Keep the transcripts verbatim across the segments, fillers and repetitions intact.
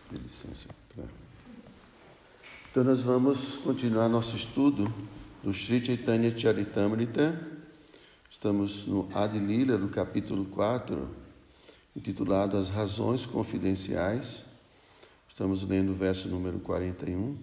Dê licença. Pra... Então, nós vamos continuar nosso estudo do Sri Chaitanya Charitamrita. Estamos no Adi Lila, do capítulo quatro, intitulado As Razões Confidenciais. Estamos lendo o verso número quarenta e um.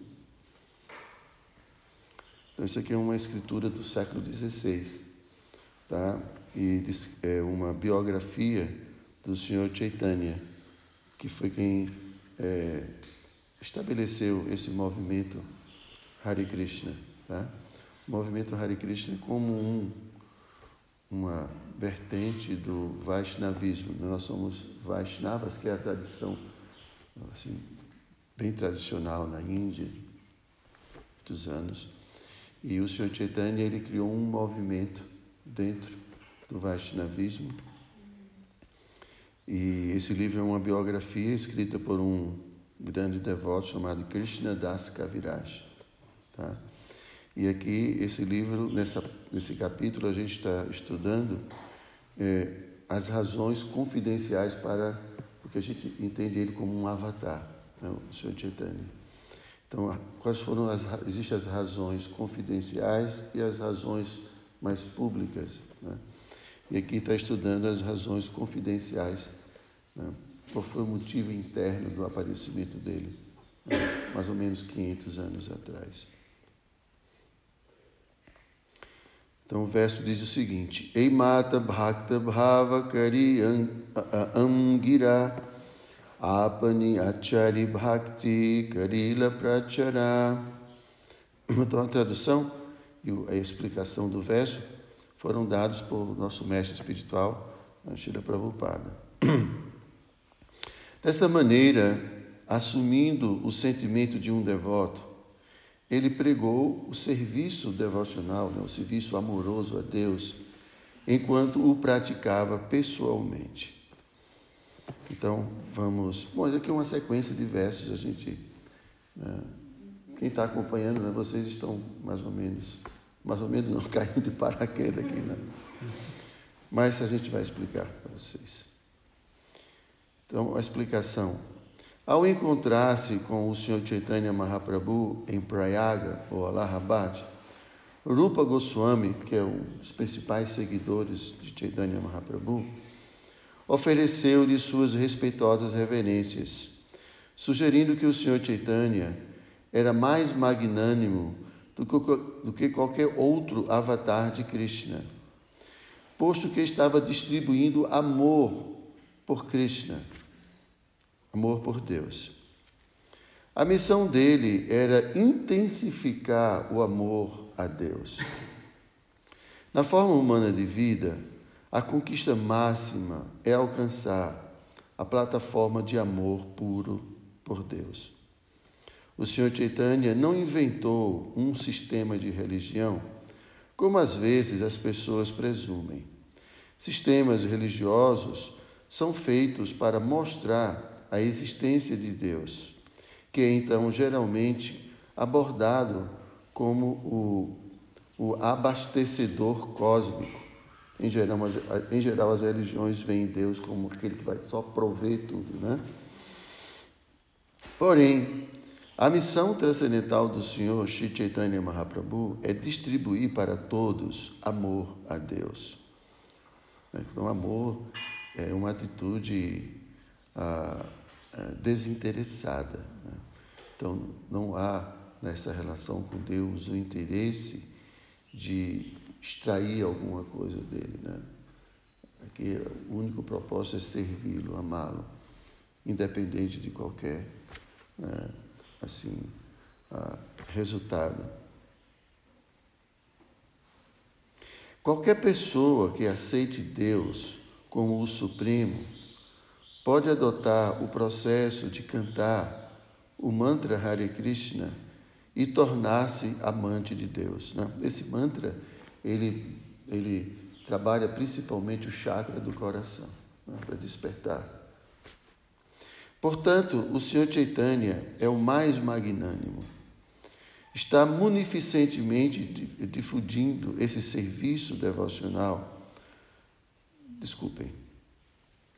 Então, isso aqui é uma escritura do século dezesseis, tá? E é uma biografia do senhor Chaitanya, que foi quem é, estabeleceu esse movimento Hare Krishna, tá? O movimento Hare Krishna como um, uma vertente do Vaishnavismo. Nós somos Vaishnavas, que é a tradição assim, bem tradicional na Índia, muitos anos. E o senhor Chaitanya, ele criou um movimento dentro do Vaishnavismo. E esse livro é uma biografia escrita por um grande devoto chamado Krishna Das Kaviraj, tá? E aqui, esse livro, nessa, nesse capítulo, a gente está estudando é, as razões confidenciais para, porque a gente entende ele como um avatar, né, o senhor Chaitanya. Então, quais foram as, existem as razões confidenciais e as razões mais públicas, né? E aqui está estudando as razões confidenciais, né? Qual foi o motivo interno do aparecimento dele, né? Mais ou menos quinhentos anos atrás. Então o verso diz o seguinte: Ei mata bhakta bhava kari angira apani achari bhakti karila prachara. Então a tradução e a explicação do verso foram dados por nosso mestre espiritual, Srila Prabhupada. Dessa maneira, assumindo o sentimento de um devoto, ele pregou o serviço devocional, né, o serviço amoroso a Deus, enquanto o praticava pessoalmente. Então, vamos... Bom, isso aqui é uma sequência de versos, a gente... Né, quem está acompanhando, né, vocês estão mais ou menos... Mais ou menos não caindo de paraquedas aqui, né? Mas a gente vai explicar para vocês. Então, a explicação. Ao encontrar-se com o senhor Chaitanya Mahaprabhu em Prayaga, ou Allahabad, Rupa Goswami, que é um dos principais seguidores de Chaitanya Mahaprabhu, ofereceu-lhe suas respeitosas reverências, sugerindo que o senhor Chaitanya era mais magnânimo do que, do que qualquer outro avatar de Krishna, posto que estava distribuindo amor por Krishna, amor por Deus. A missão dele era intensificar o amor a Deus. Na forma humana de vida, a conquista máxima é alcançar a plataforma de amor puro por Deus. O senhor Chaitanya não inventou um sistema de religião, como às vezes as pessoas presumem. Sistemas religiosos são feitos para mostrar a existência de Deus, que é então geralmente abordado como o, o abastecedor cósmico. Em geral, em geral, as religiões veem Deus como aquele que vai só prover tudo, né? Porém, a missão transcendental do Senhor Sri Chaitanya Mahaprabhu é distribuir para todos amor a Deus. Então, amor é uma atitude ah, desinteressada, né? Então, não há nessa relação com Deus o interesse de extrair alguma coisa dele, né? Aqui, o único propósito é servi-lo, amá-lo, independente de qualquer... né, assim, uh, resultado. Qualquer pessoa que aceite Deus como o Supremo pode adotar o processo de cantar o mantra Hare Krishna e tornar-se amante de Deus, né? Esse mantra, ele, ele trabalha principalmente o chakra do coração, né, para despertar. Portanto, o senhor Chaitanya é o mais magnânimo. Está munificentemente difundindo esse serviço devocional. Desculpem.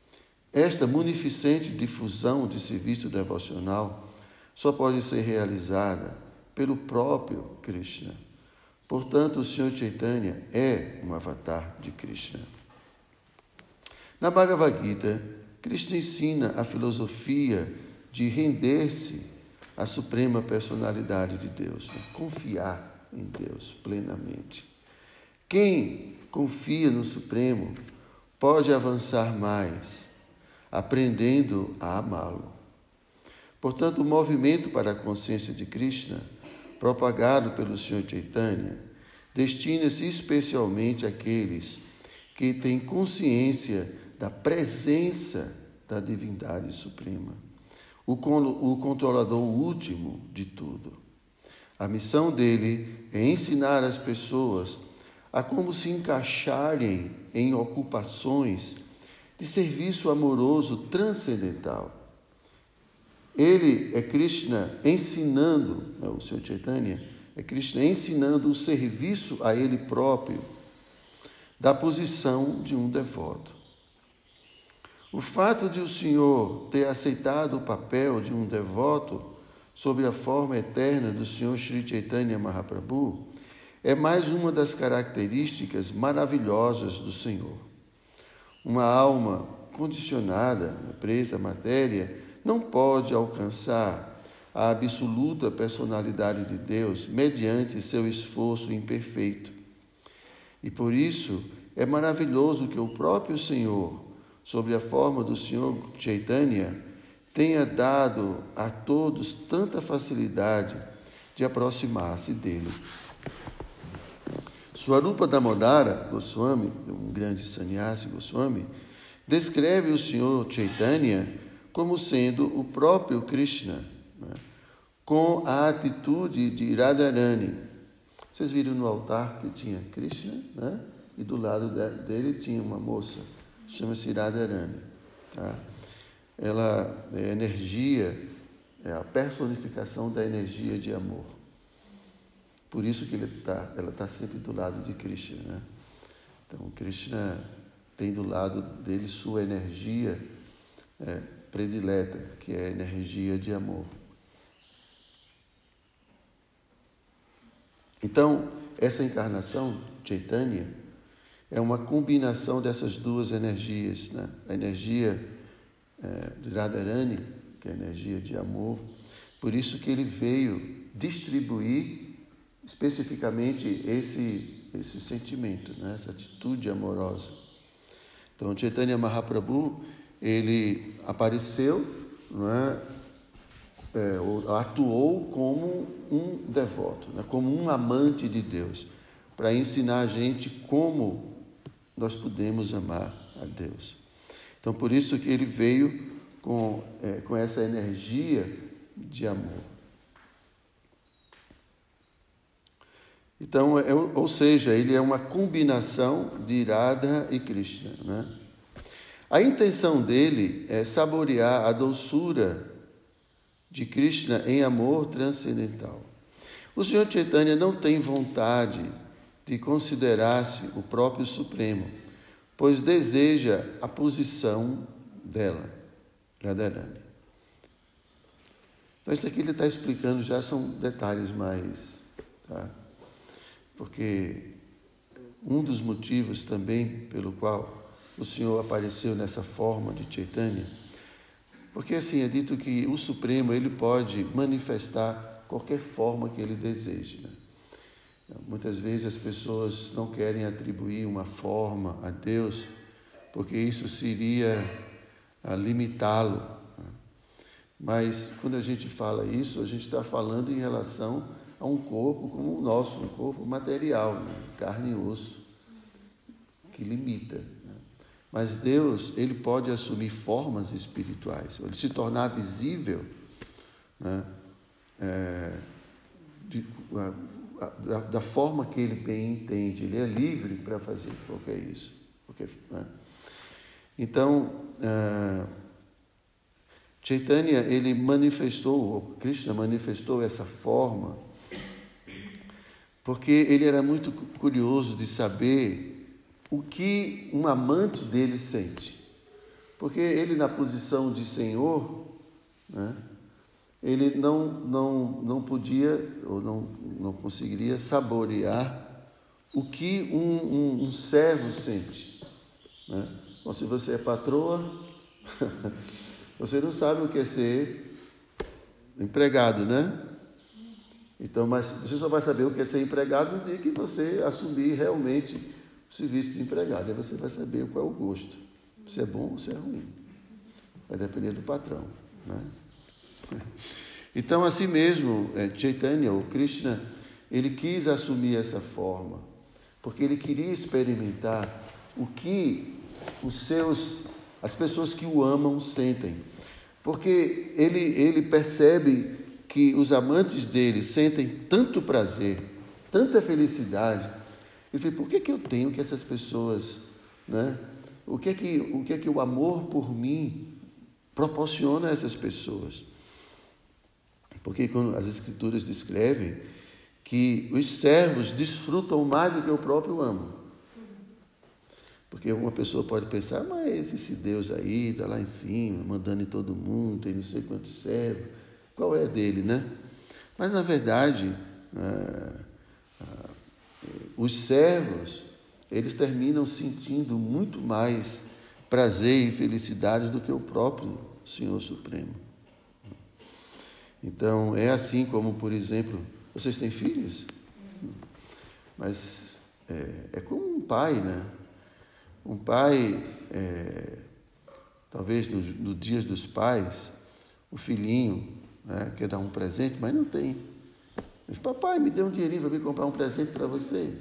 Esta munificente difusão de serviço devocional só pode ser realizada pelo próprio Krishna. Portanto, o Senhor Chaitanya é um avatar de Krishna. Na Bhagavad Gita, Krishna ensina a filosofia de render-se à suprema personalidade de Deus, né? Confiar em Deus plenamente. Quem confia no Supremo pode avançar mais, aprendendo a amá-lo. Portanto, o movimento para a consciência de Krishna, propagado pelo Senhor Chaitanya, destina-se especialmente àqueles que têm consciência da presença da divindade suprema, o, o controlador último de tudo. A missão dele é ensinar as pessoas a como se encaixarem em ocupações de serviço amoroso transcendental. Ele é Krishna ensinando, né, o Senhor Chaitanya, é Krishna ensinando o serviço a ele próprio, da posição de um devoto. O fato de o Senhor ter aceitado o papel de um devoto sob a forma eterna do Senhor Sri Chaitanya Mahaprabhu é mais uma das características maravilhosas do Senhor. Uma alma condicionada, presa à matéria, não pode alcançar a absoluta personalidade de Deus mediante seu esforço imperfeito. E por isso é maravilhoso que o próprio Senhor, sob a forma do Senhor Chaitanya, tenha dado a todos tanta facilidade de aproximar-se dele. Swarupa Damodara Goswami, um grande sannyasi Goswami, descreve o Senhor Chaitanya como sendo o próprio Krishna, né, com a atitude de Radharani. Vocês viram no altar que tinha Krishna, né, e do lado dele tinha uma moça, chama-se Radharani. Tá? Ela é energia, é a personificação da energia de amor. Por isso que ele tá, ela está sempre do lado de Krishna. Né? Então, Krishna tem do lado dele sua energia é, predileta, que é a energia de amor. Então, essa encarnação, Chaitanya, é uma combinação dessas duas energias, né? A energia é, de Radharani, que é a energia de amor. Por isso que ele veio distribuir especificamente esse, esse sentimento, né? Essa atitude amorosa. Então, Chaitanya Mahaprabhu, ele apareceu, não é? É, atuou como um devoto, né? Como um amante de Deus, para ensinar a gente como nós podemos amar a Deus. Então, por isso que ele veio com, é, com essa energia de amor. Então, é, ou seja, ele é uma combinação de Radha e Krishna, né? A intenção dele é saborear a doçura de Krishna em amor transcendental. O Senhor Chaitanya não tem vontade de considerar-se o próprio Supremo, pois deseja a posição dela, Radharani. Então, isso aqui ele está explicando, já são detalhes mais... Tá? Porque um dos motivos também pelo qual o Senhor apareceu nessa forma de Chaitanya, porque assim é dito que o Supremo ele pode manifestar qualquer forma que ele deseje, né? Muitas vezes as pessoas não querem atribuir uma forma a Deus, porque isso seria limitá-lo. Né? Mas quando a gente fala isso, a gente está falando em relação a um corpo como o nosso, um corpo material, né? Carne e osso, que limita. Né? Mas Deus, ele pode assumir formas espirituais, ele se tornar visível, né? é, de, a, a, da, da forma que ele bem entende. Ele é livre para fazer qualquer isso. Qualquer, né? Então, uh, Chaitanya, ele manifestou, Krishna manifestou essa forma, porque ele era muito curioso de saber o que um amante dele sente. Porque ele, na posição de senhor, né, ele não, não, não podia ou não, não conseguiria saborear o que um, um, um servo sente. Né? Bom, se você é patroa, você não sabe o que é ser empregado, né? Então, mas você só vai saber o que é ser empregado no dia que você assumir realmente o serviço de empregado. Aí você vai saber qual é o gosto. Se é bom ou se é ruim. Vai depender do patrão, né? Então, assim mesmo, Chaitanya, ou Krishna, ele quis assumir essa forma, porque ele queria experimentar o que os seus, as pessoas que o amam sentem. Porque ele, ele percebe que os amantes dele sentem tanto prazer, tanta felicidade. Ele fala, por que, que eu tenho que essas pessoas, né? O que é que o, que é que o amor por mim proporciona a essas pessoas? Porque quando as Escrituras descrevem que os servos desfrutam mais do que o próprio amo. Porque uma pessoa pode pensar, mas esse Deus aí está lá em cima, mandando em todo mundo, tem não sei quantos servos, qual é dele, né? Mas, na verdade, ah, ah, os servos, eles terminam sentindo muito mais prazer e felicidade do que o próprio Senhor Supremo. Então, é assim como, por exemplo, vocês têm filhos? Mas é, é como um pai, né? Um pai, é, talvez nos no dias dos pais, o filhinho, né, quer dar um presente, mas não tem. Diz, papai, me dê um dinheirinho para me comprar um presente para você.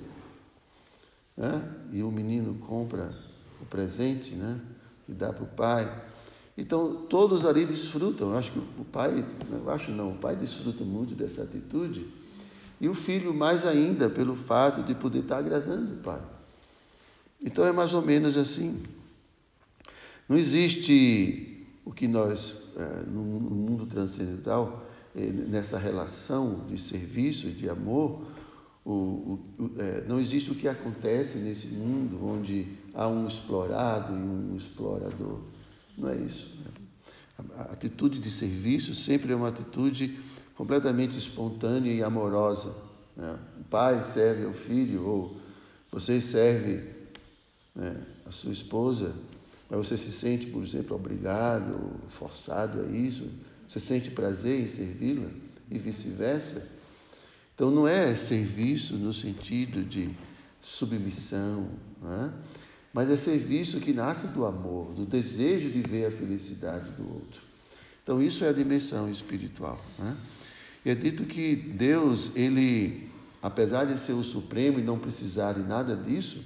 Né? E o menino compra o presente, né, e dá para o pai. Então, todos ali desfrutam. Eu acho que o pai, eu acho não, o pai desfruta muito dessa atitude. E o filho mais ainda, pelo fato de poder estar agradando o pai. Então, é mais ou menos assim. Não existe o que nós, no mundo transcendental, nessa relação de serviço e de amor, o, o, é, não existe o que acontece nesse mundo onde há um explorado e um explorador. Não é isso. A atitude de serviço sempre é uma atitude completamente espontânea e amorosa. O pai serve ao filho, ou você serve, né, a sua esposa, mas você se sente, por exemplo, obrigado, ou forçado a isso, você sente prazer em servi-la e vice-versa. Então, não é serviço no sentido de submissão, né? Mas é serviço que nasce do amor, do desejo de ver a felicidade do outro. Então, isso é a dimensão espiritual, né? E é dito que Deus, ele, apesar de ser o Supremo e não precisar de nada disso,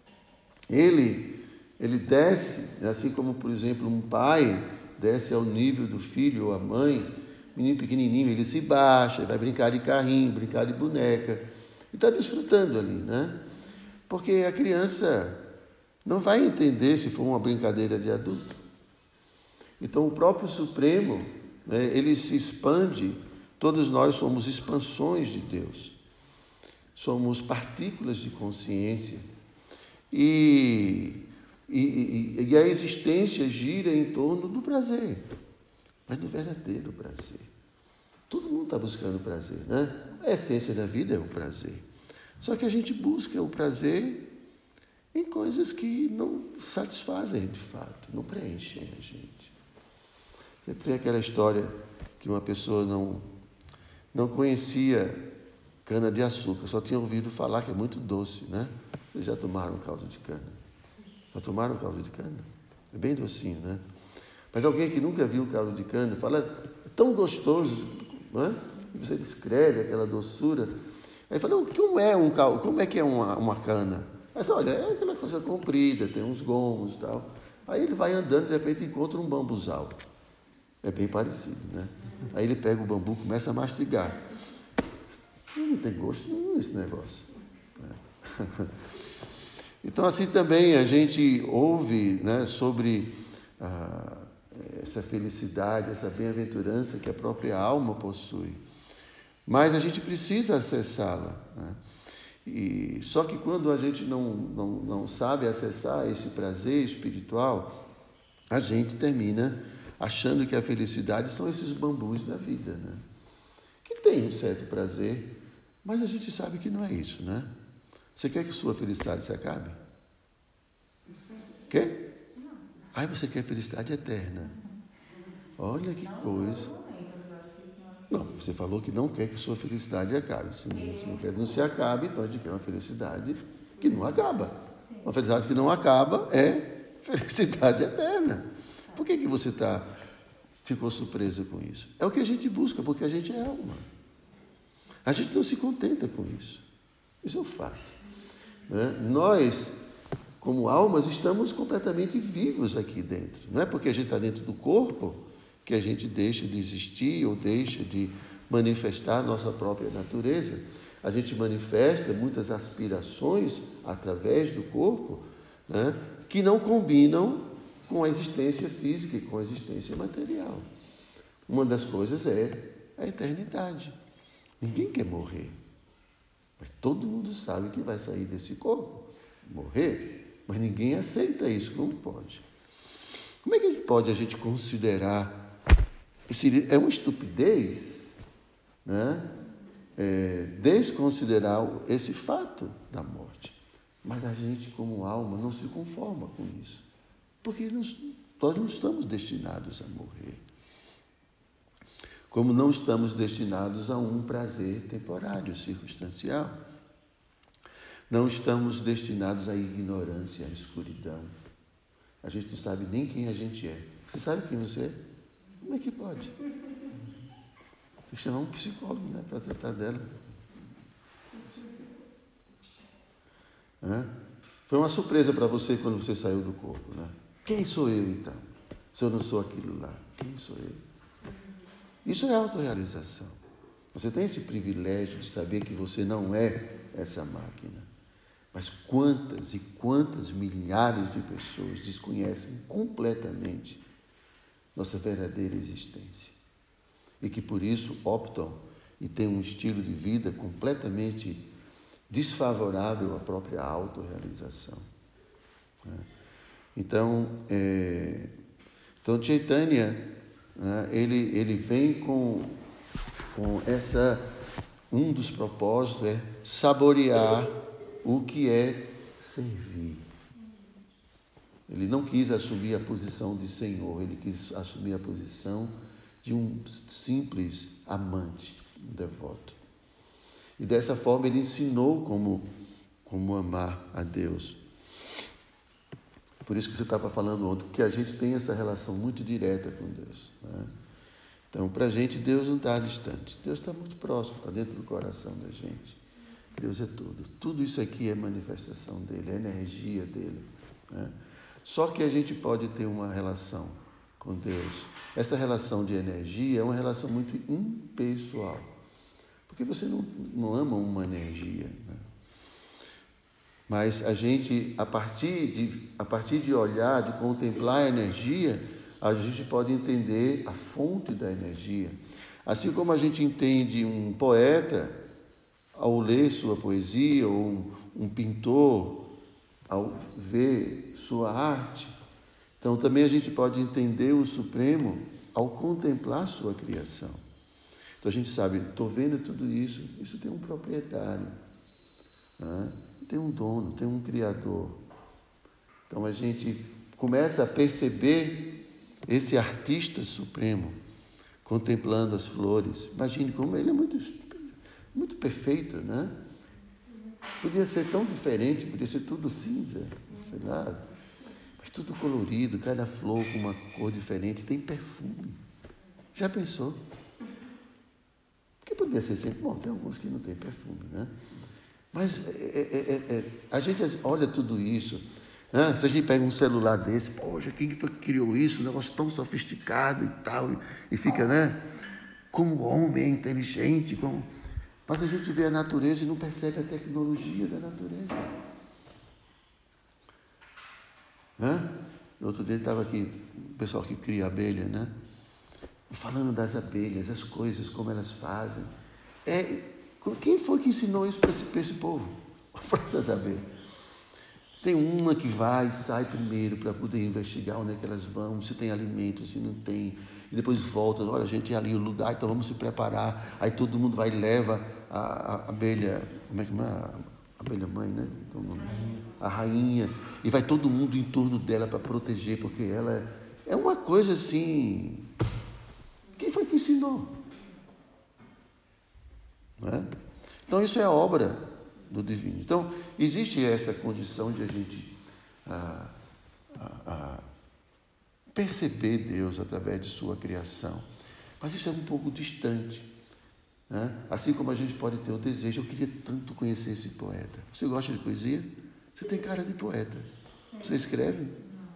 ele, ele desce, assim como, por exemplo, um pai desce ao nível do filho ou a mãe, menino pequenininho, ele se baixa, vai brincar de carrinho, brincar de boneca, e está desfrutando ali, né? Porque a criança não vai entender se for uma brincadeira de adulto. Então, o próprio Supremo, né, ele se expande, todos nós somos expansões de Deus, somos partículas de consciência, e, e, e a existência gira em torno do prazer, mas do verdadeiro prazer. Todo mundo está buscando prazer, né? A essência da vida é o prazer. Só que a gente busca o prazer em coisas que não satisfazem de fato, não preenchem a gente. Sempre tem aquela história que uma pessoa não, não conhecia cana-de-açúcar, só tinha ouvido falar que é muito doce, né? Vocês já tomaram caldo de cana? Já tomaram caldo de cana? É bem docinho, né? Mas alguém que nunca viu caldo de cana fala, é tão gostoso, não é? E você descreve aquela doçura. Aí fala, como é um caldo? Como é que é uma, uma cana? Mas olha, é aquela coisa comprida, tem uns gomos e tal. Aí ele vai andando e de repente encontra um bambuzal. É bem parecido, né? Aí ele pega o bambu, começa a mastigar. Não tem gosto nenhum esse negócio. Então, assim também a gente ouve, né, sobre ah, essa felicidade, essa bem-aventurança que a própria alma possui. Mas a gente precisa acessá-la, né? E, só que quando a gente não, não, não sabe acessar esse prazer espiritual, a gente termina achando que a felicidade são esses bambus da vida, né? Que tem um certo prazer, mas a gente sabe que não é isso, né? Você quer que sua felicidade se acabe? Quer? Ai, você quer felicidade eterna. Olha que coisa. Não, você falou que não quer que sua felicidade acabe. Se não, se não quer que não se acabe, então a gente quer uma felicidade que não acaba. Uma felicidade que não acaba é felicidade eterna. Por que que você tá, ficou surpresa com isso? É o que a gente busca, porque a gente é alma. A gente não se contenta com isso. Isso é um fato. Né? Nós, como almas, estamos completamente vivos aqui dentro. Não é porque a gente está dentro do corpo que a gente deixa de existir ou deixa de manifestar a nossa própria natureza. A gente manifesta muitas aspirações através do corpo, né, que não combinam com a existência física e com a existência material. Uma das coisas é a eternidade. Ninguém quer morrer, mas todo mundo sabe que vai sair desse corpo, morrer, mas ninguém aceita isso. Como pode? Como é que a gente pode a gente considerar? É uma estupidez, né? É, desconsiderar esse fato da morte. Mas a gente, como alma, não se conforma com isso, porque nós, nós não estamos destinados a morrer. Como não estamos destinados a um prazer temporário, circunstancial. Não estamos destinados à ignorância, à escuridão. A gente não sabe nem quem a gente é. Você sabe quem você é? Como é que pode? Tem que chamar um psicólogo, né, para tratar dela. É? Foi uma surpresa para você quando você saiu do corpo, né? Quem sou eu, então? Se eu não sou aquilo lá, quem sou eu? Isso é autorrealização. Você tem esse privilégio de saber que você não é essa máquina. Mas quantas e quantas milhares de pessoas desconhecem completamente nossa verdadeira existência. E que por isso optam e têm um estilo de vida completamente desfavorável à própria autorrealização. Então, é, então Chaitanya, né, ele, ele vem com, com essa, um dos propósitos é saborear o que é servir. Ele não quis assumir a posição de senhor, ele quis assumir a posição de um simples amante, um devoto. E dessa forma ele ensinou como, como amar a Deus. Por isso que você estava falando ontem, porque a gente tem essa relação muito direta com Deus, né? Então, para a gente, Deus não está distante. Deus está muito próximo, está dentro do coração da gente. Deus é tudo. Tudo isso aqui é manifestação dele, é energia dele, né? Só que a gente pode ter uma relação com Deus. Essa relação de energia é uma relação muito impessoal. Porque você não, não ama uma energia, né? Mas a gente, a partir, de, a partir de olhar, de contemplar a energia, a gente pode entender a fonte da energia. Assim como a gente entende um poeta ao ler sua poesia, ou um, um pintor ao ver sua arte, então também a gente pode entender o Supremo ao contemplar sua criação. Então a gente sabe, estou vendo tudo isso, isso tem um proprietário, né? Tem um dono, tem um criador. Então a gente começa a perceber esse artista supremo contemplando as flores. Imagine como ele é muito, muito perfeito, né? Podia ser tão diferente, podia ser tudo cinza, sei lá, mas tudo colorido, cada flor com uma cor diferente, tem perfume. Já pensou? Porque podia ser sempre, bom, tem alguns que não tem perfume, né? Mas é, é, é, a gente olha tudo isso, né? Se a gente pega um celular desse, poxa, quem que foi que criou isso? Um negócio tão sofisticado e tal, e, e fica, né? Como o homem é inteligente, como... Mas a gente vê a natureza e não percebe a tecnologia da natureza. Né? No outro dia estava aqui, o pessoal que cria abelha, né? E falando das abelhas, as coisas, como elas fazem. É, quem foi que ensinou isso para esse, para esse povo? Para essas abelhas. Tem uma que vai e sai primeiro para poder investigar onde é que elas vão, se tem alimentos, se não tem. E depois volta, olha, a gente é ali o lugar, então vamos se preparar. Aí todo mundo vai e leva a, a, a abelha, como é que é? A abelha mãe, né? Então, a rainha. E vai todo mundo em torno dela para proteger, porque ela é uma coisa assim. Quem foi que ensinou? Não é? Então isso é a obra do divino. Então, existe essa condição de a gente ah, ah, ah, perceber Deus através de sua criação. Mas isso é um pouco distante. Né? Assim como a gente pode ter o desejo, eu queria tanto conhecer esse poeta. Você gosta de poesia? Você tem cara de poeta. Você escreve?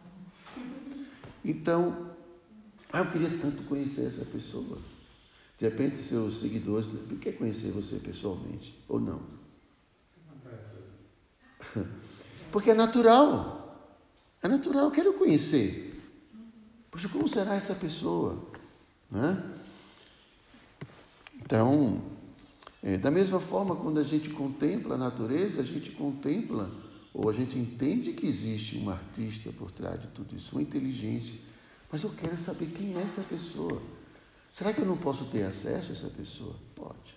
Então, ah, eu queria tanto conhecer essa pessoa. De repente, seus seguidores querem conhecer você pessoalmente, ou não? Porque é natural. É natural, eu quero conhecer. Poxa, como será essa pessoa? Né? Então, é, da mesma forma, quando a gente contempla a natureza, a gente contempla, ou a gente entende que existe um artista por trás de tudo isso, uma inteligência. Mas eu quero saber quem é essa pessoa. Será que eu não posso ter acesso a essa pessoa? Pode.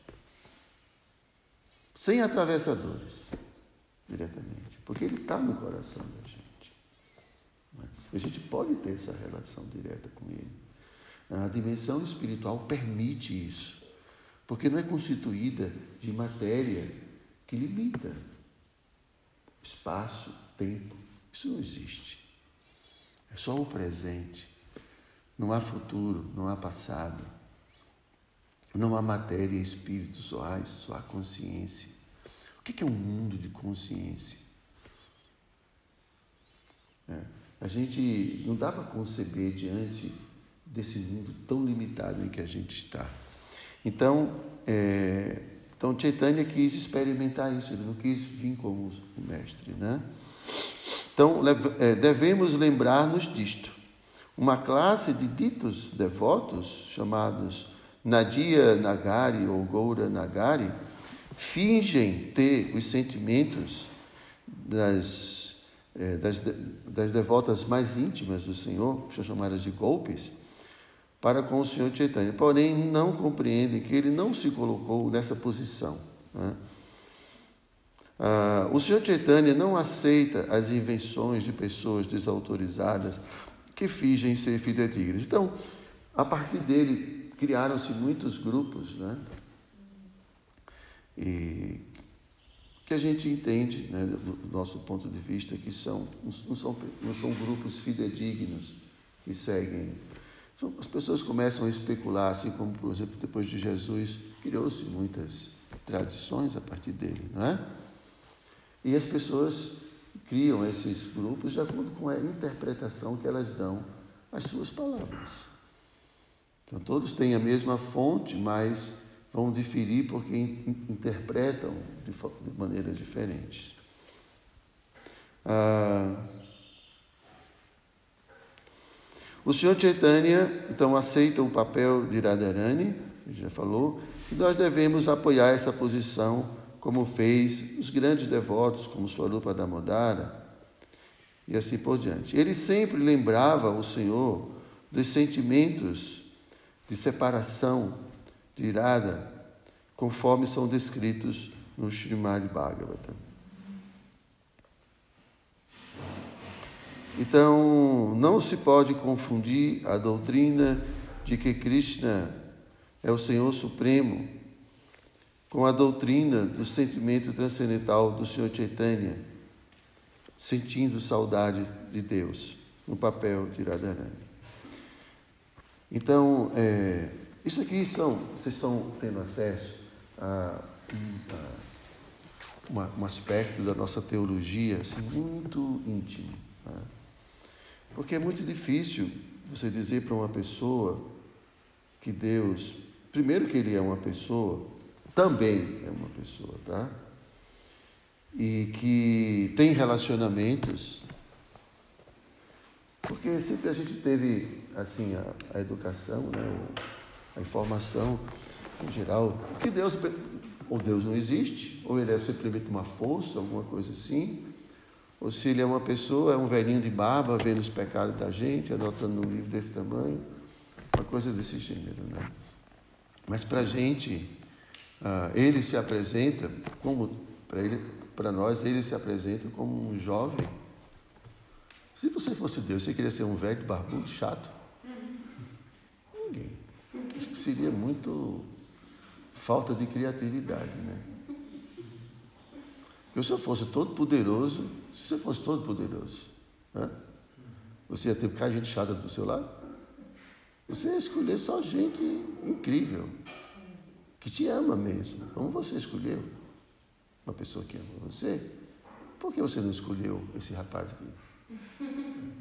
Sem atravessadores, diretamente. Porque ele está no coração da gente. A gente pode ter essa relação direta com ele. A dimensão espiritual permite isso. Porque não é constituída de matéria que limita. Espaço, tempo, isso não existe. É só o presente. Não há futuro, não há passado. Não há matéria e espírito, só há, só há consciência. O que é um mundo de consciência? É, a gente não dá para conceber diante desse mundo tão limitado em que a gente está. Então, é, então Chaitanya quis experimentar isso, ele não quis vir como o mestre, né? Então, devemos lembrar-nos disto. Uma classe de ditos devotos, chamados Nadia Nagari ou Goura Nagari, fingem ter os sentimentos das, das, das devotas mais íntimas do Senhor, que são chamadas de golpes, para com o Senhor Chaitanya. Porém, não compreendem que ele não se colocou nessa posição. Né? Ah, o Senhor Chaitanya não aceita as invenções de pessoas desautorizadas que fingem ser fidedignas. Então, a partir dele, criaram-se muitos grupos, né? E que a gente entende, né, do nosso ponto de vista, que são, não, são, não são grupos fidedignos que seguem. São, as pessoas começam a especular, assim como, por exemplo, depois de Jesus, criou-se muitas tradições a partir dele, não é? E as pessoas criam esses grupos de acordo com a interpretação que elas dão às suas palavras. Então, todos têm a mesma fonte, mas vão diferir porque interpretam de, de maneiras diferentes. Ah, o Senhor Chaitanya, então, aceita o papel de Radharani, que já falou, e nós devemos apoiar essa posição, como fez os grandes devotos, como Swarupa Damodara, e assim por diante. Ele sempre lembrava o Senhor dos sentimentos de separação, de irada, conforme são descritos no Srimad Bhagavatam. Então, não se pode confundir a doutrina de que Krishna é o Senhor Supremo com a doutrina do sentimento transcendental do Senhor Chaitanya, sentindo saudade de Deus, no papel de Radharani. Então, é, isso aqui são, vocês estão tendo acesso a um, a uma, um aspecto da nossa teologia assim, muito íntimo. Né? Porque é muito difícil você dizer para uma pessoa que Deus, primeiro que Ele é uma pessoa, também é uma pessoa, tá? E que tem relacionamentos, porque sempre a gente teve, assim, a, a educação, né, a informação em geral, porque Deus, ou Deus não existe, ou Ele é simplesmente uma força, alguma coisa assim, ou se ele é uma pessoa, é um velhinho de barba, vendo os pecados da gente, anotando um livro desse tamanho, uma coisa desse gênero, né? Mas para a gente, ah, ele se apresenta como, para ele, para nós, ele se apresenta como um jovem. Se você fosse Deus, você queria ser um velho, barbudo, chato? Ninguém. Acho que seria muito falta de criatividade, né? Porque se eu fosse todo poderoso, se você fosse todo poderoso, né? Você ia ter um bocado de gente chata do seu lado? Você ia escolher só gente incrível, que te ama mesmo. Como você escolheu uma pessoa que ama você? Por que você não escolheu esse rapaz aqui?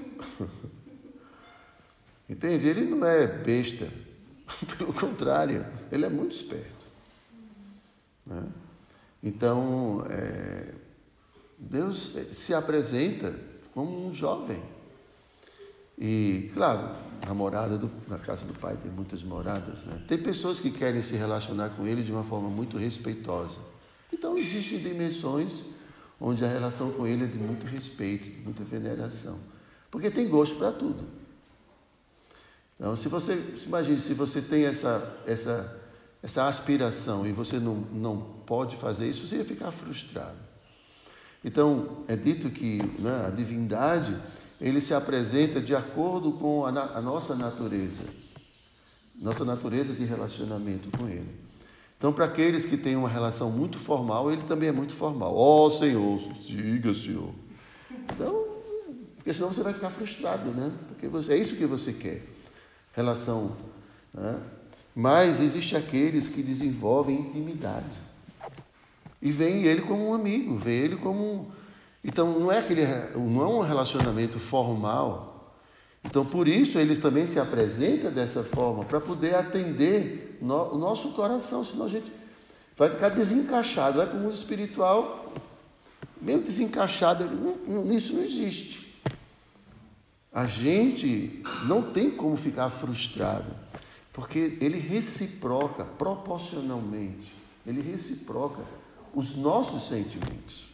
Entende? Ele não é besta. Pelo contrário, ele é muito esperto. Né? Então, é, Deus se apresenta como um jovem. E, claro, a morada do, na casa do Pai tem muitas moradas, né? Tem pessoas que querem se relacionar com Ele de uma forma muito respeitosa. Então, existem dimensões onde a relação com Ele é de muito respeito, de muita veneração. Porque tem gosto para tudo. Então, se você, se imagine, se você tem essa, essa, essa aspiração e você não, não pode fazer isso, você ia ficar frustrado. Então, é dito que, né, a divindade, ele se apresenta de acordo com a, a nossa natureza, nossa natureza de relacionamento com ele. Então, para aqueles que têm uma relação muito formal, ele também é muito formal. Ó oh, Senhor, siga, Senhor. Então, porque senão você vai ficar frustrado, né? Porque você, é isso que você quer, relação. Né? Mas existe aqueles que desenvolvem intimidade. E veem ele como um amigo, veem ele como um... Então, não é, aquele, não é um relacionamento formal. Então, por isso, ele também se apresenta dessa forma, para poder atender no, o nosso coração, senão a gente vai ficar desencaixado, vai para o mundo espiritual meio desencaixado. Isso não existe. A gente não tem como ficar frustrado, porque ele reciproca, proporcionalmente, ele reciproca os nossos sentimentos.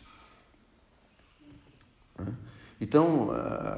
Então,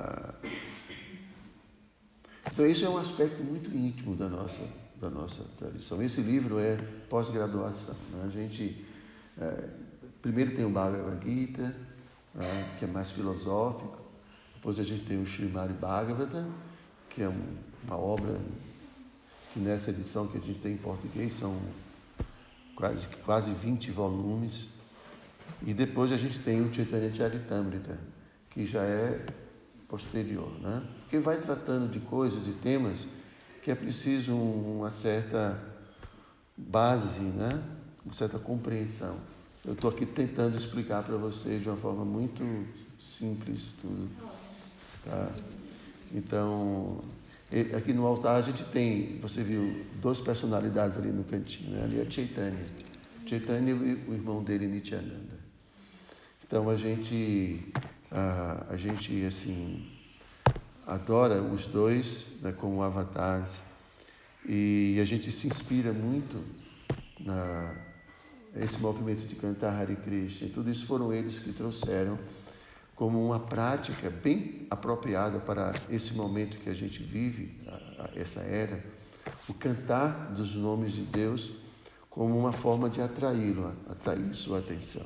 então, esse é um aspecto muito íntimo da nossa, da nossa tradição. Esse livro é pós-graduação. Né? A gente, é, primeiro tem o Bhagavad Gita, né, que é mais filosófico. Depois a gente tem o Srimad Bhagavatam, que é um, uma obra que nessa edição que a gente tem em português são quase, quase vinte volumes. E depois a gente tem o Chaitanya Charitamrita, que já é posterior, né? Porque vai tratando de coisas, de temas que é preciso uma certa base, né? Uma certa compreensão. Eu estou aqui tentando explicar para vocês de uma forma muito simples tudo, tá? Então, aqui no altar a gente tem, você viu, duas personalidades ali no cantinho, né? Ali é Chaitanya. Chaitanya e o irmão dele, Nityananda. Então, a gente... A, a gente, assim, adora os dois, né, como avatares, e a gente se inspira muito na esse movimento de cantar Hare Krishna. E tudo isso foram eles que trouxeram como uma prática bem apropriada para esse momento que a gente vive, a, a, essa era, o cantar dos nomes de Deus como uma forma de atraí-lo, atrair sua atenção.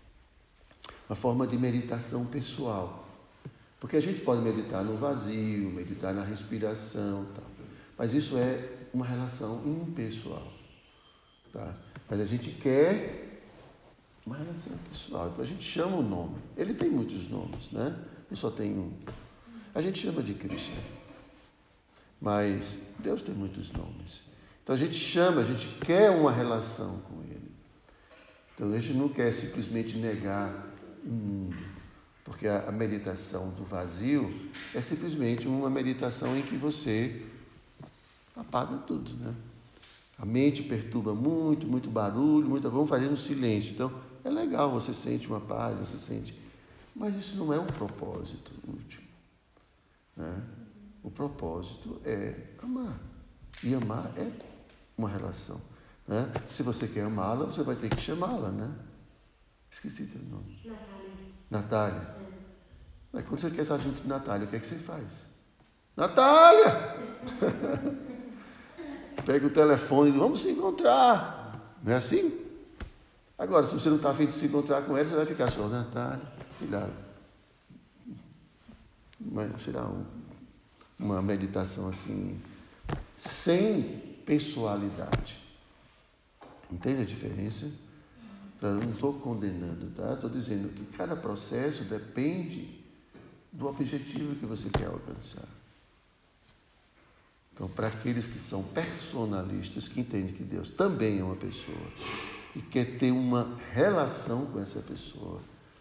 Uma forma de meditação pessoal. Porque a gente pode meditar no vazio, meditar na respiração, tá? Mas isso é uma relação impessoal. Tá? Mas a gente quer uma relação pessoal. Então a gente chama o nome. Ele tem muitos nomes, né? Ele só tem um. A gente chama de Krishna. Mas Deus tem muitos nomes. Então a gente chama, a gente quer uma relação com Ele. Então a gente não quer simplesmente negar o mundo, porque a, a meditação do vazio é simplesmente uma meditação em que você apaga tudo, né? A mente perturba muito, muito barulho, muito, vamos fazer no silêncio. Então, é legal, você sente uma paz, você sente, mas isso não é um propósito último, né? O propósito é amar, e amar é uma relação, né? Se você quer amá-la, você vai ter que chamá-la, né? Esqueci teu nome. Natália. Natália. Aí quando você quer estar junto de Natália, o que é que você faz? Natália! Pega o telefone e diz, vamos se encontrar. Não é assim? Agora, se você não está afim de se encontrar com ela, você vai ficar só, Natália, tirar, tirar um, uma meditação assim, sem pessoalidade. Entende a diferença? Então, eu não estou condenando, tá? Estou dizendo que cada processo depende do objetivo que você quer alcançar. Então, para aqueles que são personalistas, que entendem que Deus também é uma pessoa e quer ter uma relação com essa pessoa,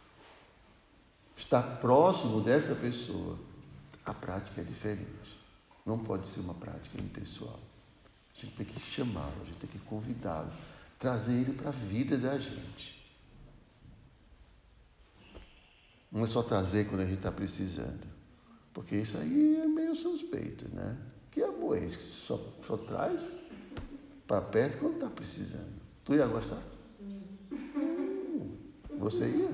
estar próximo dessa pessoa, a prática é diferente. Não pode ser uma prática impessoal. A gente tem que chamá-lo, a gente tem que convidá-lo, trazer ele para a vida da gente. Não é só trazer quando a gente está precisando, porque isso aí é meio suspeito, né? Que amor é esse que só, só traz para perto quando está precisando? Tu ia gostar? Hum, você ia?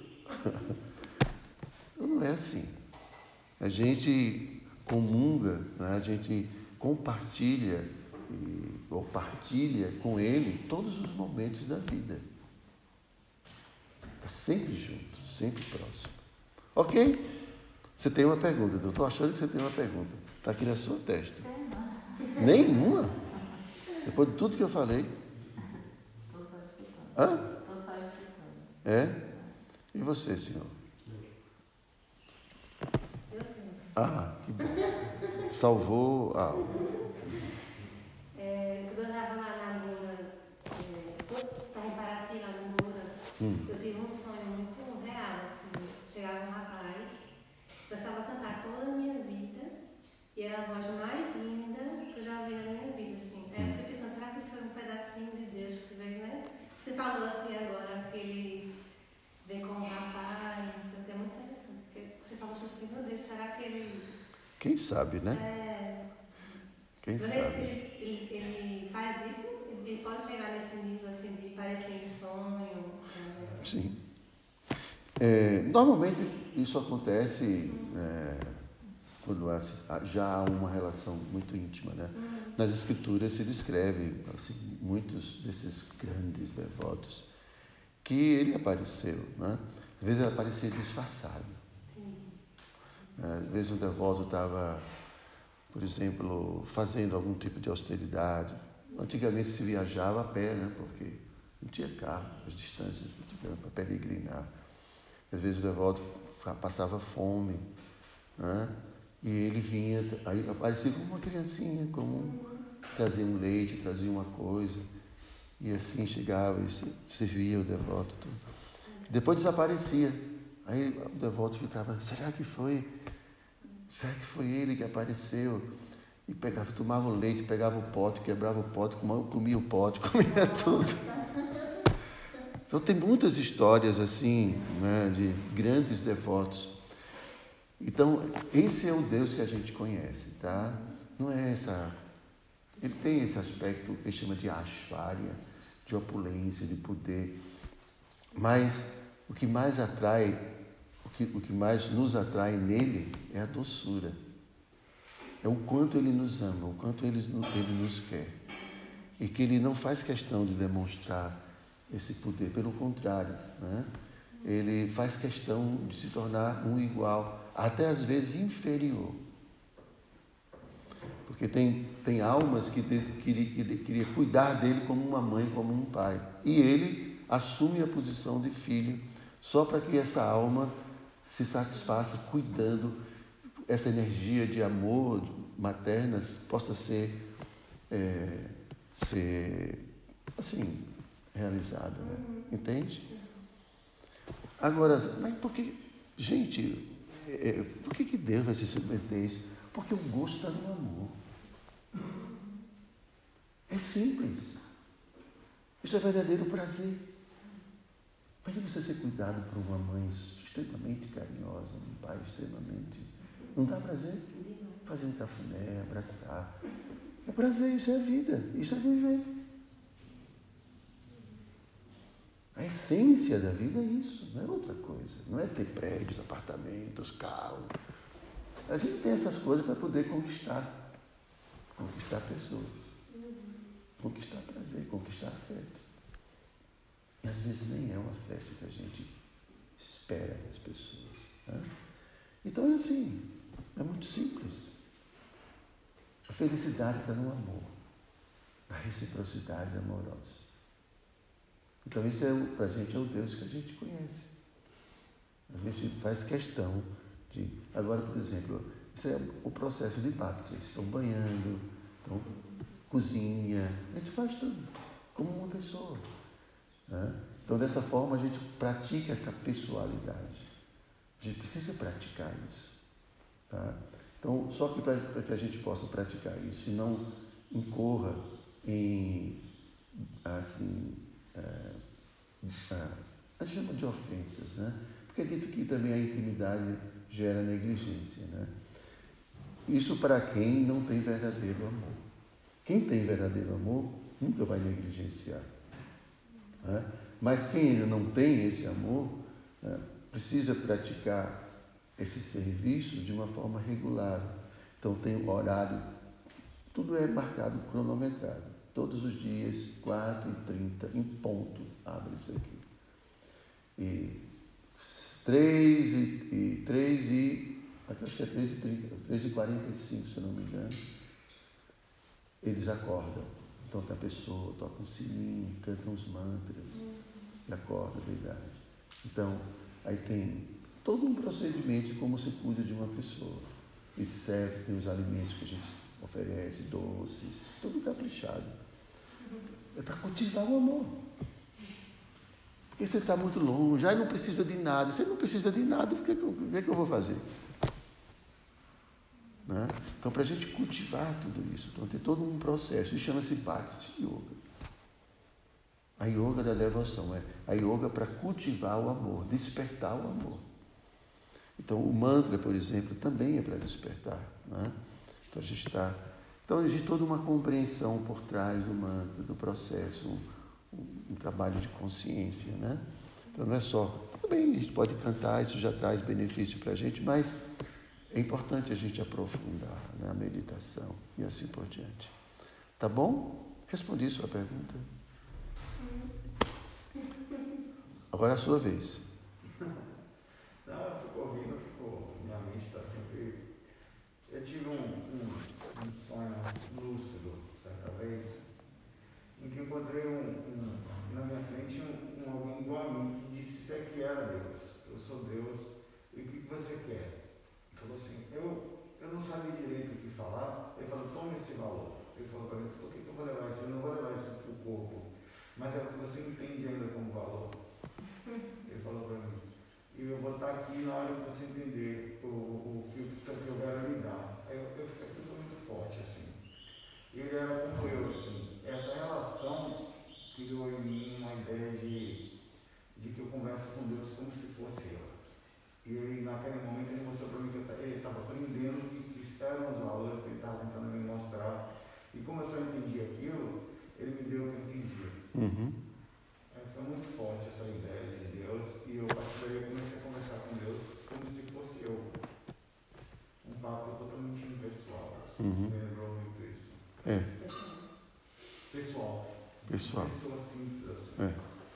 Então não é assim. A gente comunga, né? A gente compartilha e, ou partilha com ele todos os momentos da vida. Está sempre junto, sempre próximo. Ok? Você tem uma pergunta, eu estou achando que você tem uma pergunta. Está aqui na sua testa. Nenhuma? Depois de tudo que eu falei? Estou só escutando. Hã? Estou só escutando. É? E você, senhor? Eu tenho. Ah, que bom. Salvou a alma. É, quando eu estava lá na Moura, estava em Paraty, lá na Moura, Hum. eu tive um sonho muito real, assim. Chegava um rapaz, começava a cantar toda a minha vida, e era a voz mais linda que eu já ouvi na minha vida, assim. Aí eu fiquei pensando, será que foi um pedacinho de Deus que veio, né? Você falou assim agora, que ele vem com um rapaz, isso é muito interessante, porque você falou assim, meu Deus, será que ele... Quem sabe, né? É... Quem Mas sabe? Ele, ele, ele faz isso? Ele pode chegar nesse nível assim de parecer em sonho? Né? Sim. É, normalmente isso acontece é, quando há, já há uma relação muito íntima, né? Uhum. Nas escrituras se descreve assim, muitos desses grandes devotos que ele apareceu, né? Às vezes ele aparecia disfarçado. Às vezes o devoto estava, por exemplo, fazendo algum tipo de austeridade. Antigamente se viajava a pé, né? Porque não tinha carro, as distâncias muito grandes para peregrinar. Às vezes o devoto passava fome, né? E ele vinha, aí aparecia como uma criancinha, como trazia um leite, trazia uma coisa, e assim chegava e servia o devoto. Tudo. Depois desaparecia. Aí o devoto ficava, será que foi? Será que foi ele que apareceu? E pegava, tomava o leite, pegava o pote, quebrava o pote, comia o pote, comia tudo. Então tem muitas histórias assim, né, de grandes devotos. Então, esse é o Deus que a gente conhece, tá? Não é essa... Ele tem esse aspecto que ele chama de Aishvarya, de opulência, de poder. Mas o que mais atrai, o que, o que mais nos atrai nele é a doçura. É o quanto ele nos ama, o quanto ele, ele nos quer. E que ele não faz questão de demonstrar esse poder, pelo contrário, né? Ele faz questão de se tornar um igual, até às vezes inferior. Porque tem, tem almas que queriam queria cuidar dele como uma mãe, como um pai. E ele assume a posição de filho só para que essa alma se satisfaça cuidando, essa energia de amor materna possa ser, é, ser assim, realizada, né? Entende? Agora, mas por que, gente, é, por que, que Deus vai se submeter a isso? Porque o gosto está no amor. É simples. Isso é verdadeiro prazer. Imagina você ser cuidado por uma mãe extremamente carinhosa, um pai extremamente... Não dá prazer? Fazer um cafuné, abraçar. É prazer, isso é vida, isso é viver. A essência da vida é isso, não é outra coisa. Não é ter prédios, apartamentos, carros. A gente tem essas coisas para poder conquistar. Conquistar pessoas. Conquistar prazer, conquistar afeto. E às vezes nem é um afeto que a gente espera das pessoas. Né? Então é assim, é muito simples. A felicidade está no amor, na reciprocidade amorosa. Então isso é, para a gente é o Deus que a gente conhece. A gente faz questão de... Agora, por exemplo, isso é o processo de bhakti. Eles estão banhando, estão, cozinha, a gente faz tudo, como uma pessoa. Né? Então, dessa forma, a gente pratica essa pessoalidade. A gente precisa praticar isso. Tá? Então, só que para que a gente possa praticar isso e não incorra em, assim, é, é, a gente chama de ofensas, né? Porque é dito que também a intimidade gera negligência, né? Isso para quem não tem verdadeiro amor. Quem tem verdadeiro amor nunca vai negligenciar. Né? Mas quem ainda não tem esse amor, né, precisa praticar esse serviço de uma forma regular. Então tem um horário, tudo é marcado, cronometrado. Todos os dias, quatro e trinta, em ponto, abre isso aqui. E três e, três e, acho que é três e trinta, três e quarenta e cinco, se eu não me engano, eles acordam. Então tem a pessoa, toca um sininho, canta uns mantras, e acorda, verdade. Então, aí tem todo um procedimento de como se cuida de uma pessoa. E serve, tem os alimentos que a gente oferece, doces, tudo caprichado. É para cultivar o amor. Porque você está muito longe, aí não precisa de nada. Você não precisa de nada, o que, que, que, é que eu vou fazer? Né? Então, para a gente cultivar tudo isso, então tem todo um processo, isso chama-se Bhakti Yoga. A yoga da devoção, é a yoga para cultivar o amor, despertar o amor. Então, o mantra, por exemplo, também é para despertar. Né? Então, a gente está... Então, existe toda uma compreensão por trás do mantra, do processo, um, um, um trabalho de consciência. Né? Então, não é só... Tudo bem, a gente pode cantar, isso já traz benefício para a gente, mas é importante a gente aprofundar, né, a meditação e assim por diante. Tá bom? Respondi sua pergunta. Agora é a sua vez. Não, eu fico ouvindo, eu fico, minha mente está sempre... Eu tive um, um, um sonho lúcido, certa vez, em que encontrei um, um, na minha frente um, um alguém igual a mim que disse isso aqui era Deus, eu sou Deus, e o que você quer? Ele falou assim, eu, eu não sabia direito o que falar, ele falou, toma esse valor. Ele falou para mim, por que, que eu vou levar isso? Eu não vou levar isso para o corpo, mas é o que você entende ainda como valor. Ele falou para mim, e eu vou estar aqui na hora que você entender o, o, o que eu quero lhe dar. Aí eu, eu fiquei muito forte assim. Ele era como eu, assim. Essa relação criou em mim uma ideia de, de que eu converso com Deus como se fosse eu. E ele, naquele momento, ele mostrou para mim que eu, ele estava aprendendo que, que eram os valores que ele estava tentando me mostrar. E como eu só entendi aquilo, ele me deu o que eu entendia. Uhum. Foi muito forte essa ideia de Deus, e eu participei, comecei a conversar com Deus como se fosse eu. Um papo totalmente impessoal. Uhum. Me lembrou muito isso. É. Pessoal. Pessoal. Pessoa simples assim.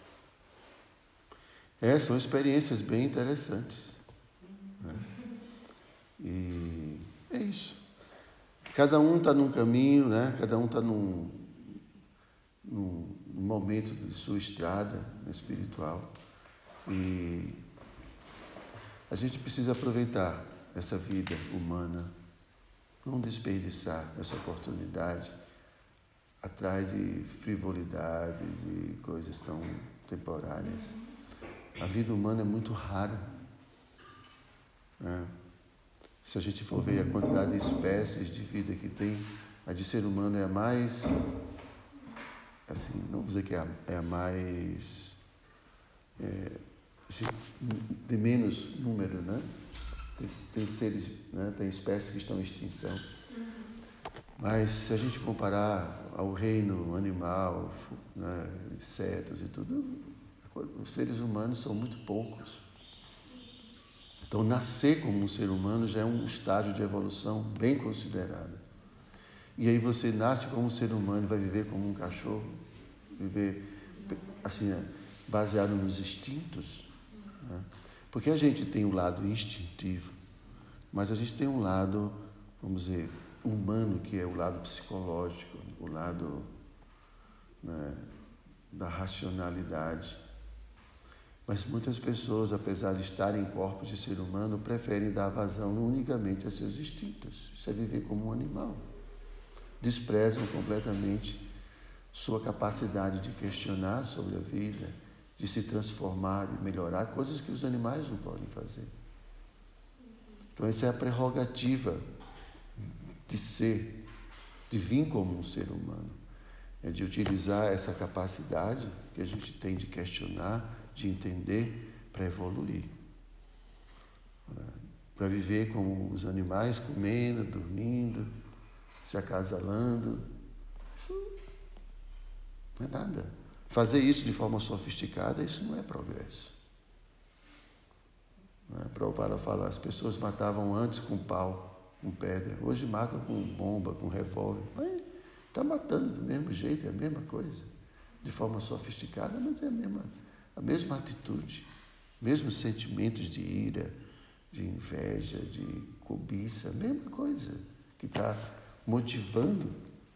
É. É, são experiências bem interessantes. Né? E é isso. Cada um está num caminho, né? Cada um está num, num momento de sua estrada espiritual. E a gente precisa aproveitar essa vida humana, não desperdiçar essa oportunidade atrás de frivolidades e coisas tão temporárias. A vida humana é muito rara. Né? Se a gente for ver a quantidade de espécies de vida que tem, a de ser humano é a mais, assim, não vou dizer que é a, é a mais, é, assim, de menos número, né? Tem, tem seres, né? Tem espécies que estão em extinção. Mas se a gente comparar ao reino animal, né? Insetos e tudo, Os seres humanos são muito poucos. Então, nascer como um ser humano já é um estágio de evolução bem considerado. E aí você nasce como um ser humano e vai viver como um cachorro, viver assim, baseado nos instintos, né? Porque a gente tem um lado instintivo, mas a gente tem um lado, vamos dizer, humano, que é o lado psicológico, o lado, né, da racionalidade. Mas muitas pessoas, apesar de estarem em corpos de ser humano, preferem dar vazão unicamente a seus instintos. Isso é viver como um animal. Desprezam completamente sua capacidade de questionar sobre a vida, de se transformar, de melhorar, coisas que os animais não podem fazer. Então, essa é a prerrogativa de ser, de vir como um ser humano. É de utilizar essa capacidade que a gente tem de questionar, de entender, para evoluir. Para viver como os animais, comendo, dormindo, se acasalando. Isso não é nada. Fazer isso de forma sofisticada, isso não é progresso. Não é? Prabhupada fala, as pessoas matavam antes com pau, com pedra. Hoje matam com bomba, com revólver. Mas está matando do mesmo jeito, é a mesma coisa. De forma sofisticada, mas é a mesma, a mesma atitude. Mesmos sentimentos de ira, de inveja, de cobiça. A mesma coisa que está motivando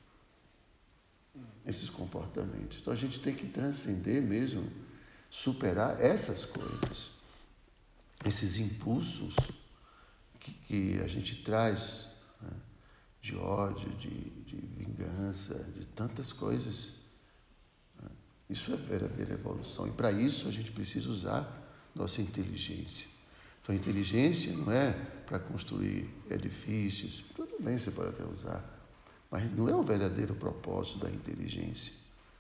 esses comportamentos. Então a gente tem que transcender mesmo, superar essas coisas, esses impulsos que, que a gente traz, né, de ódio, de, de vingança, de tantas coisas. Né? Isso é verdadeira evolução. E para isso a gente precisa usar nossa inteligência. Então a inteligência não é para construir edifícios, tudo bem, você pode até usar, mas não é o verdadeiro propósito da inteligência,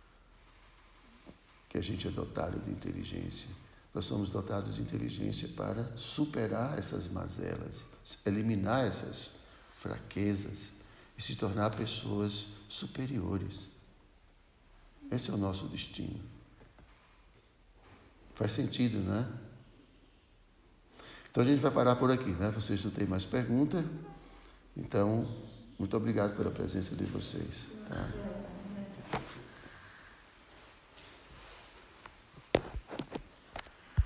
que a gente é dotado de inteligência. Nós somos dotados de inteligência para superar essas mazelas, eliminar essas fraquezas e se tornar pessoas superiores. Esse é o nosso destino. Faz sentido, não é? Então a gente vai parar por aqui, né? Vocês não têm mais pergunta, então... Muito obrigado pela presença de vocês. Tá?